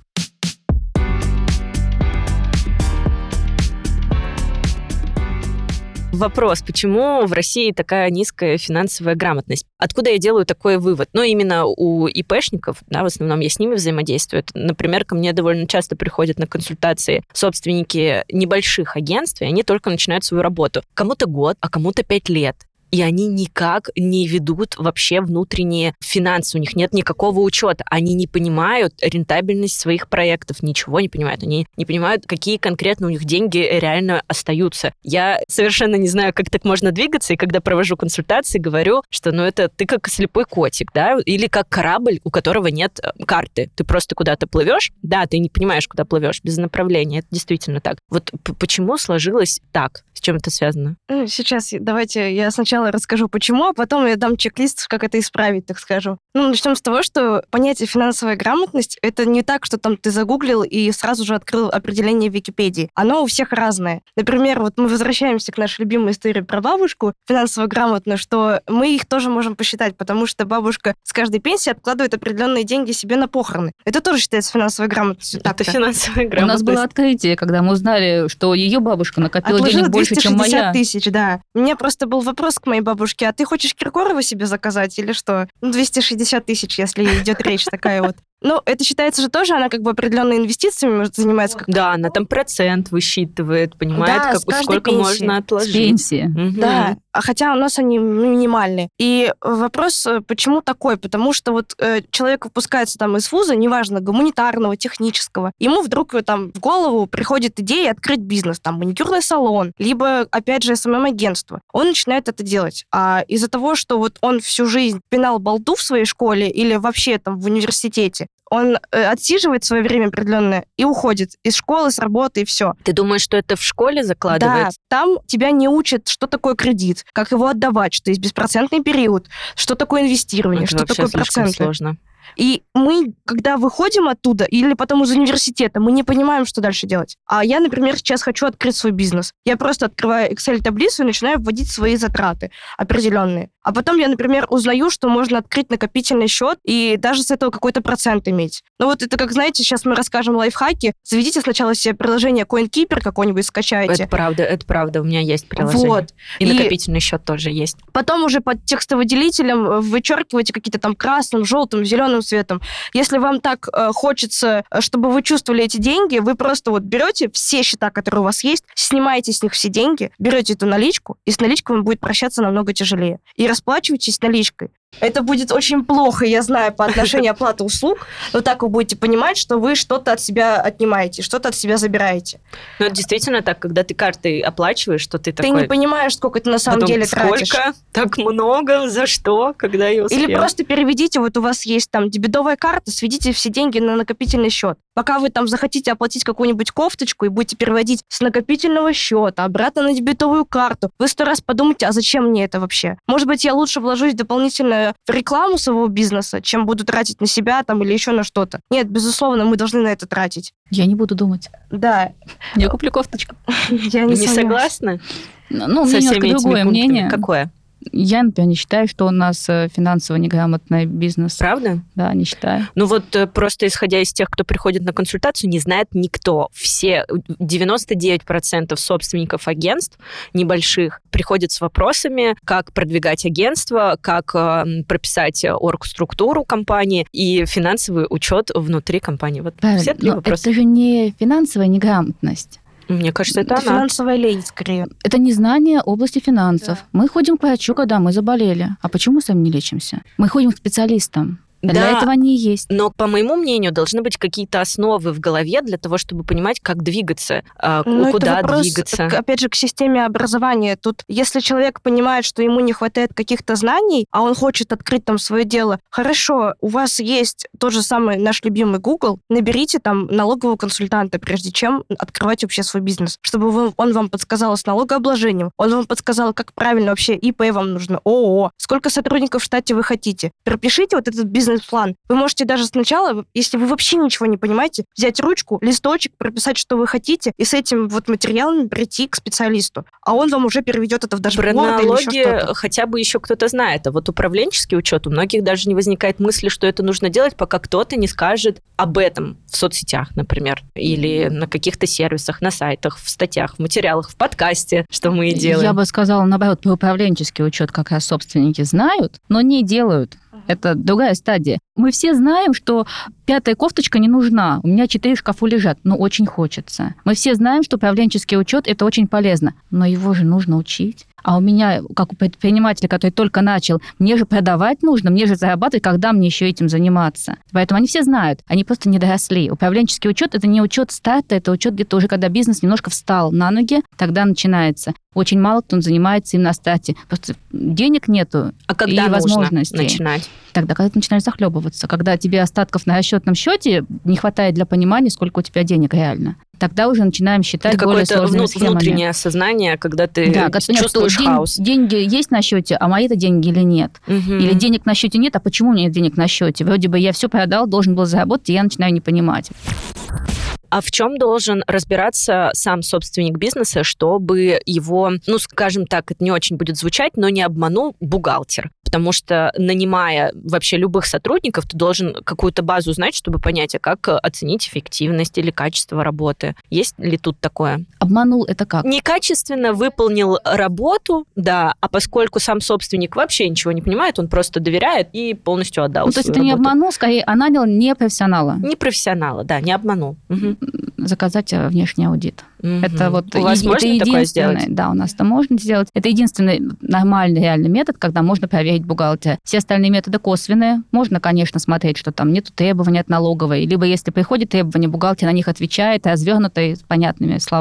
Вопрос, почему в России такая низкая финансовая грамотность? Откуда я делаю такой вывод? Именно у ИПшников, в основном я с ними взаимодействую. Например, ко мне довольно часто приходят на консультации собственники небольших агентств, и они только начинают свою работу. Кому-то год, а кому-то 5 лет. И они никак не ведут вообще внутренние финансы, у них нет никакого учета. Они не понимают рентабельность своих проектов, ничего не понимают. Они не понимают, какие конкретно у них деньги реально остаются. Я совершенно не знаю, как так можно двигаться, и когда провожу консультации, говорю, что это ты как слепой котик, да, или как корабль, у которого нет карты. Ты просто куда-то плывешь, да, ты не понимаешь, куда плывешь, без направления. Это действительно так. Почему сложилось так? С чем это связано? Сейчас давайте я сначала расскажу, почему, а потом я дам чек-лист, как это исправить, так скажу. Начнем с того, что понятие финансовая грамотность — это не так, что ты загуглил и сразу же открыл определение в Википедии. Оно у всех разное. Например, мы возвращаемся к нашей любимой истории про бабушку финансово грамотно, что мы их тоже можем посчитать, потому что бабушка с каждой пенсии откладывает определенные деньги себе на похороны. Это тоже считается финансовой грамотностью. Это финансовая грамотность. У нас было открытие, когда мы узнали, что ее бабушка накопила денег больше, чем моя. 260 тысяч, да. У меня просто был вопрос к моей бабушке: а ты хочешь Киркорова себе заказать или что? 260 тысяч, если идет речь такая вот. Это считается же тоже, она определенными инвестициями может заниматься. Да, она там процент высчитывает, понимает, сколько можно отложить. С пенсии. Угу. Да, хотя у нас они минимальные. И вопрос, почему такой? Потому что человек выпускается из вуза, неважно, гуманитарного, технического, ему вдруг в голову приходит идея открыть бизнес, маникюрный салон, либо, опять же, СММ-агентство. Он начинает это делать. делать. А из-за того, что вот он всю жизнь пинал балду в своей школе или вообще там в университете, он отсиживает свое время определенное и уходит из школы, с работы, и все. Ты думаешь, что это в школе закладывается? Да, там тебя не учат, что такое кредит, как его отдавать, что есть беспроцентный период, что такое инвестирование, Это что вообще такое слишком проценты. сложно. И мы, когда выходим оттуда, или потом из университета, мы не понимаем, что дальше делать. А я, например, сейчас хочу открыть свой бизнес. Я просто открываю Excel-таблицу и начинаю вводить свои затраты определенные. А потом я, например, узнаю, что можно открыть накопительный счет и даже с этого какой-то процент иметь. Ну вот это, как знаете, сейчас мы расскажем лайфхаки. Заведите сначала себе приложение CoinKeeper какое-нибудь, скачайте. Это правда. У меня есть приложение. Вот. И накопительный счет тоже есть. Потом уже под текстовыделителем вычеркиваете какие-то там красным, желтым, зеленым цветом. Если вам так хочется, чтобы вы чувствовали эти деньги, вы просто вот берете все счета, которые у вас есть, снимаете с них все деньги, берете эту наличку, и с наличкой вам будет прощаться намного тяжелее. И расплачивайтесь наличкой. Это будет очень плохо, я знаю, по отношению оплаты услуг, но так вы будете понимать, что вы что-то от себя отнимаете, что-то от себя забираете. Ну, это действительно так, когда ты картой оплачиваешь, что ты такой... Ты не понимаешь, сколько ты на самом деле тратишь. Сколько? Так много? За что? Когда я успел? Или просто переведите, вот у вас есть там дебетовая карта, сведите все деньги на накопительный счет. Пока вы там захотите оплатить какую-нибудь кофточку и будете переводить с накопительного счета обратно на дебетовую карту, вы 100 раз подумайте, а зачем мне это вообще? Может быть, я лучше вложусь дополнительно в рекламу своего бизнеса, чем буду тратить на себя там или еще на что-то. Нет, безусловно, мы должны на это тратить. Я не буду думать. Да. Я куплю кофточку. Я не согласна? Ну, у меня немножко другое мнение. Какое? Я, например, не считаю, что у нас финансово неграмотный бизнес. Правда? Да, не считаю. Ну вот просто исходя из тех, кто приходит на консультацию, не знает никто. Все 99% собственников агентств небольших приходят с вопросами, как продвигать агентство, как прописать оргструктуру компании и финансовый учет внутри компании. Вот все три вопроса. Это же не финансовая неграмотность. Мне кажется, это она. Финансовая лень, скорее. Это незнание области финансов. Да. Мы ходим к врачу, когда мы заболели. А почему мы сами не лечимся? Мы ходим к специалистам. Для этого они и есть. Но, по моему мнению, должны быть какие-то основы в голове для того, чтобы понимать, как двигаться, куда двигаться. Опять же, к системе образования. Тут, если человек понимает, что ему не хватает каких-то знаний, а он хочет открыть там свое дело, хорошо, у вас есть тот же самый наш любимый Google, наберите там налогового консультанта, прежде чем открывать вообще свой бизнес, чтобы он вам подсказал с налогообложением, он вам подсказал, как правильно вообще ИП вам нужно, ООО, сколько сотрудников в штате вы хотите. Пропишите вот этот бизнес-план. Вы можете даже сначала, если вы вообще ничего не понимаете, взять ручку, листочек, прописать, что вы хотите, и с этим вот материалами прийти к специалисту. А он вам уже переведет это в дашборд или еще что-то. Хотя бы еще кто-то знает. А вот управленческий учет, у многих даже не возникает мысли, что это нужно делать, пока кто-то не скажет об этом в соцсетях, например, или на каких-то сервисах, на сайтах, в статьях, в материалах, в подкасте, что мы и делаем. Я бы сказала, наоборот, про управленческий учет как раз собственники знают, но не делают. Это другая стадия. Мы все знаем, что 5-я кофточка не нужна. У меня 4 в шкафу лежат, но очень хочется. Мы все знаем, что управленческий учет – это очень полезно, но его же нужно учить. А у меня, как у предпринимателя, который только начал, мне же продавать нужно, мне же зарабатывать, когда мне еще этим заниматься. Поэтому они все знают, они просто не доросли. Управленческий учет – это не учет старта, это учет где-то уже, когда бизнес немножко встал на ноги, тогда начинается. Очень мало кто занимается им на старте. Просто денег нету когда и возможностей. Начинать? Тогда, когда ты начинаешь захлебываться, когда тебе остатков на расчетном счете не хватает для понимания, сколько у тебя денег реально. Тогда уже начинаем считать это более сложными схемами. Внутреннее осознание, когда ты чувствуешь хаос. Деньги есть на счете, а мои-то деньги или нет. Угу. Или денег на счете нет, а почему у меня нет денег на счете? Вроде бы я все продал, должен был заработать, и я начинаю не понимать. А в чем должен разбираться сам собственник бизнеса, чтобы его, скажем так, это не очень будет звучать, но не обманул бухгалтер? Потому что, нанимая вообще любых сотрудников, ты должен какую-то базу знать, чтобы понять, а как оценить эффективность или качество работы. Есть ли тут такое? Обманул это как? Некачественно выполнил работу, да, а поскольку сам собственник вообще ничего не понимает, он просто доверяет и полностью отдал свою то есть работу. это не обманул, скорее, а нанял непрофессионала. Не профессионала, да, не обманул. Угу. Заказать внешний аудит. Угу. Это вот у вас можно такое сделать? Да, у нас это можно сделать. Это единственный нормальный, реальный метод, когда можно проверить бухгалтера. Все остальные методы косвенные. Можно, конечно, смотреть, что там нету требований от налоговой. Либо если приходит требование, бухгалтер на них отвечает, развернуто и с понятными словами.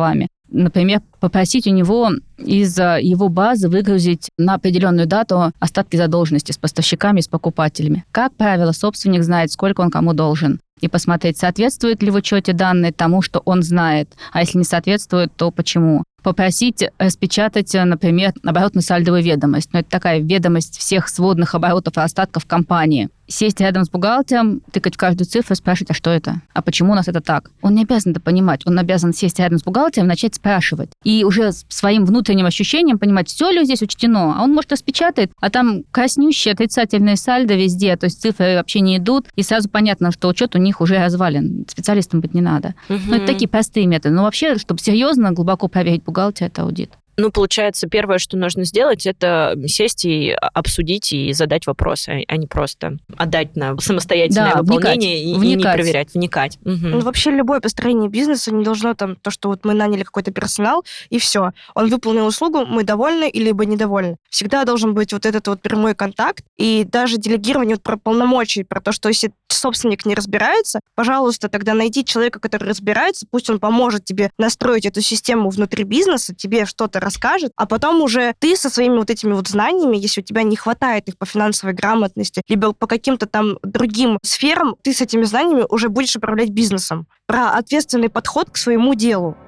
например, попросить у него из его базы выгрузить на определенную дату остатки задолженности с поставщиками, с покупателями. Как правило, собственник знает, сколько он кому должен. И посмотреть, соответствует ли в учете данные тому, что он знает, а если не соответствует, то почему. Попросить распечатать, например, оборотно-сальдовую ведомость. Но это такая ведомость всех сводных оборотов и остатков компании. Сесть рядом с бухгалтером, тыкать в каждую цифру и спрашивать, а что это? А почему у нас это так? Он не обязан это понимать. Он обязан сесть рядом с бухгалтером и начать спрашивать. И уже своим внутренним ощущением понимать, все ли здесь учтено. А он, может, распечатает, а там краснющие отрицательные сальдо везде, то есть цифры вообще не идут. И сразу понятно, что учет у них уже развален. Специалистам быть не надо. Ну, это такие простые методы. Но вообще, чтобы серьезно, глубоко проверить бухгалтера, это аудит. Ну, получается, первое, что нужно сделать, это сесть и обсудить и задать вопросы, а не просто отдать на самостоятельное выполнение и не проверять, вникать. Угу. Ну, вообще любое построение бизнеса не должно то, что вот мы наняли какой-то персонал, и все. Он выполнил услугу, мы довольны или либо недовольны. Всегда должен быть вот этот вот прямой контакт, и даже делегирование вот про полномочий, про то, что если собственник не разбирается, пожалуйста, тогда найди человека, который разбирается, пусть он поможет тебе настроить эту систему внутри бизнеса, тебе что-то расскажет, а потом уже ты со своими вот этими вот знаниями, если у тебя не хватает их по финансовой грамотности, либо по каким-то там другим сферам, ты с этими знаниями уже будешь управлять бизнесом. Про ответственный подход к своему делу.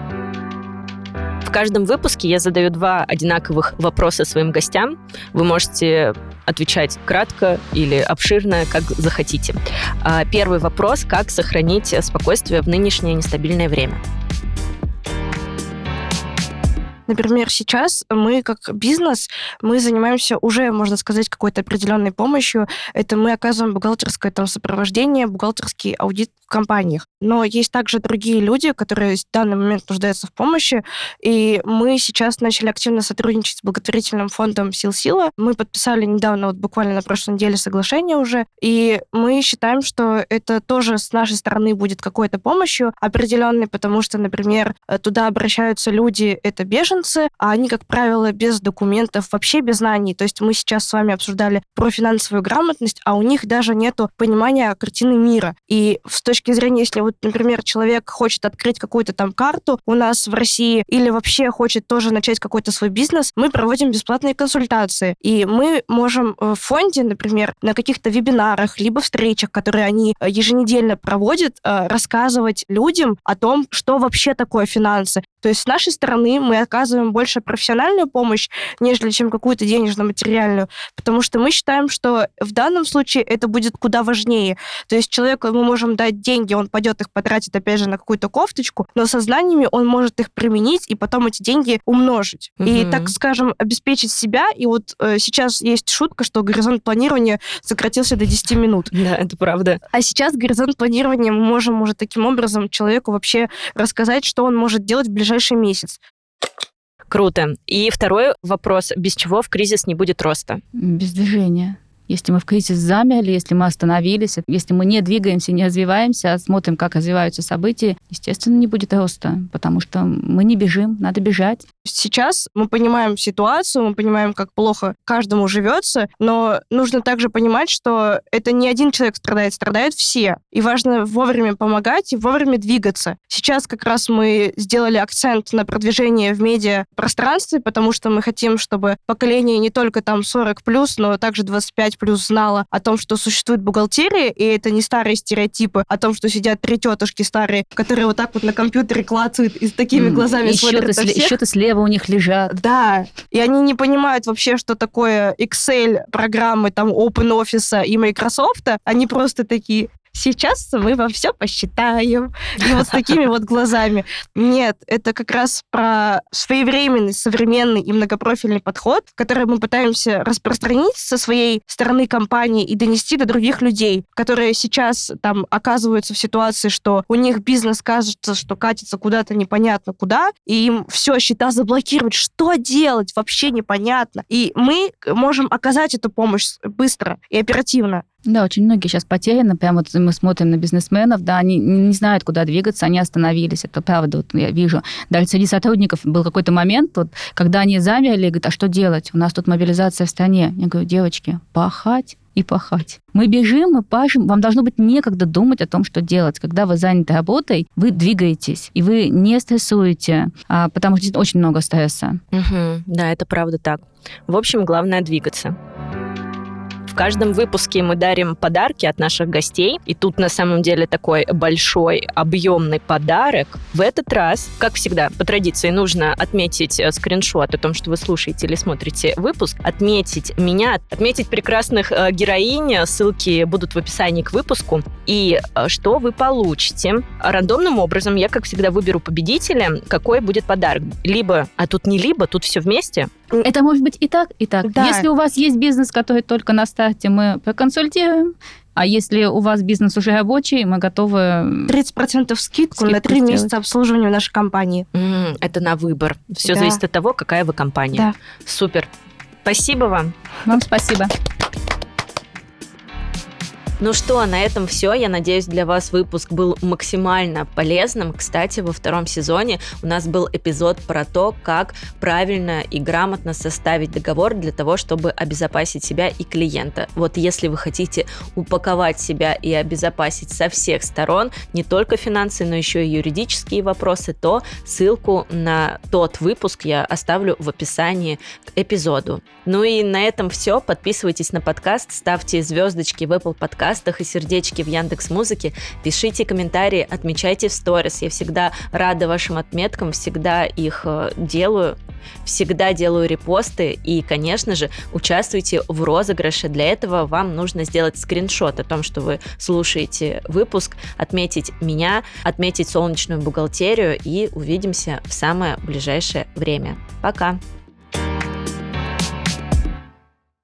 В каждом выпуске я задаю 2 одинаковых вопроса своим гостям. Вы можете отвечать кратко или обширно, как захотите. Первый вопрос: как сохранить спокойствие в нынешнее нестабильное время? Например, сейчас мы как бизнес, мы занимаемся уже, можно сказать, какой-то определенной помощью. Это мы оказываем бухгалтерское там сопровождение, бухгалтерский аудит в компаниях. Но есть также другие люди, которые в данный момент нуждаются в помощи, и мы сейчас начали активно сотрудничать с благотворительным фондом «Сил-Сила». Мы подписали недавно, вот буквально на прошлой неделе, соглашение уже, и мы считаем, что это тоже с нашей стороны будет какой-то помощью определенной, потому что, например, туда обращаются люди, это беженцы, а они, как правило, без документов, вообще без знаний. То есть мы сейчас с вами обсуждали про финансовую грамотность, а у них даже нету понимания картины мира. И с точки зрения, если вот, например, человек хочет открыть какую-то там карту у нас в России или вообще хочет тоже начать какой-то свой бизнес, мы проводим бесплатные консультации. И мы можем в фонде, например, на каких-то вебинарах, либо встречах, которые они еженедельно проводят, рассказывать людям о том, что вообще такое финансы. То есть с нашей стороны мы оказываем больше профессиональную помощь, нежели чем какую-то денежно-материальную, потому что мы считаем, что в данном случае это будет куда важнее. То есть человеку мы можем дать деньги, он пойдет их потратит, опять же, на какую-то кофточку, но со знаниями он может их применить и потом эти деньги умножить. И, так скажем, обеспечить себя. И вот сейчас есть шутка, что горизонт планирования сократился до 10 минут. Да, это правда. А сейчас горизонт планирования мы можем уже таким образом человеку вообще рассказать, что он может делать в ближайший месяц. Круто. И второй вопрос. Без чего в кризис не будет роста? Без движения. Если мы в кризис замерли, если мы остановились, если мы не двигаемся, не развиваемся, а смотрим, как развиваются события, естественно, не будет роста, потому что мы не бежим, надо бежать. Сейчас мы понимаем ситуацию, мы понимаем, как плохо каждому живется, но нужно также понимать, что это не один человек страдает, страдают все. И важно вовремя помогать и вовремя двигаться. Сейчас как раз мы сделали акцент на продвижение в медиапространстве, потому что мы хотим, чтобы поколение не только там 40+, но также 25+ знало о том, что существует бухгалтерия, и это не старые стереотипы о том, что сидят 3 тетушки старые, которые вот так вот на компьютере клацают и с такими глазами смотрят на всех. Счеты слева у них лежат. Да, и они не понимают вообще, что такое Excel, программы там OpenOffice и Microsoft. Они просто такие: сейчас мы вам все посчитаем. И вот с такими вот глазами. Нет, это как раз про своевременный, современный и многопрофильный подход, который мы пытаемся распространить со своей стороны компании и донести до других людей, которые сейчас там оказываются в ситуации, что у них бизнес кажется, что катится куда-то непонятно куда, и им все, счета заблокировать. Что делать? Вообще непонятно. И мы можем оказать эту помощь быстро и оперативно. Да, очень многие сейчас потеряны. Прямо вот мы смотрим на бизнесменов, да, они не знают, куда двигаться, они остановились. Это правда, вот я вижу. Даже среди сотрудников был какой-то момент, вот, когда они замерли и говорят: а что делать? У нас тут мобилизация в стране. Я говорю: девочки, пахать. и пахать. Мы бежим, мы пашем, вам должно быть некогда думать о том, что делать. Когда вы заняты работой, вы двигаетесь, и вы не стрессуете, потому что очень много стресса. Да, это правда так. В общем, главное двигаться. В каждом выпуске мы дарим подарки от наших гостей, и тут на самом деле такой большой, объемный подарок. В этот раз, как всегда, по традиции нужно отметить скриншот о том, что вы слушаете или смотрите выпуск, отметить меня, отметить прекрасных героинь, ссылки будут в описании к выпуску, и что вы получите. Рандомным образом я, как всегда, выберу победителя, какой будет подарок. Либо, а тут не либо, тут все вместе. Это может быть и так, и так. Да. Если у вас есть бизнес, который только на старте, мы проконсультируем. А если у вас бизнес уже рабочий, мы готовы... 30% скидку на 3 месяца обслуживания в нашей компании. Это на выбор. Все Да. зависит от того, какая вы компания. Да. Супер. Спасибо вам. Вам спасибо. Ну что, на этом все. Я надеюсь, для вас выпуск был максимально полезным. Кстати, во 2 сезоне у нас был эпизод про то, как правильно и грамотно составить договор для того, чтобы обезопасить себя и клиента. Вот если вы хотите упаковать себя и обезопасить со всех сторон, не только финансы, но еще и юридические вопросы, то ссылку на тот выпуск я оставлю в описании к эпизоду. Ну и на этом все. Подписывайтесь на подкаст, ставьте звездочки в Apple подкастах и сердечки в Яндекс.Музыке, пишите комментарии, отмечайте в сторис. Я всегда рада вашим отметкам, всегда их делаю, всегда делаю репосты и, конечно же, участвуйте в розыгрыше. Для этого вам нужно сделать скриншот о том, что вы слушаете выпуск, отметить меня, отметить солнечную бухгалтерию, и увидимся в самое ближайшее время. Пока!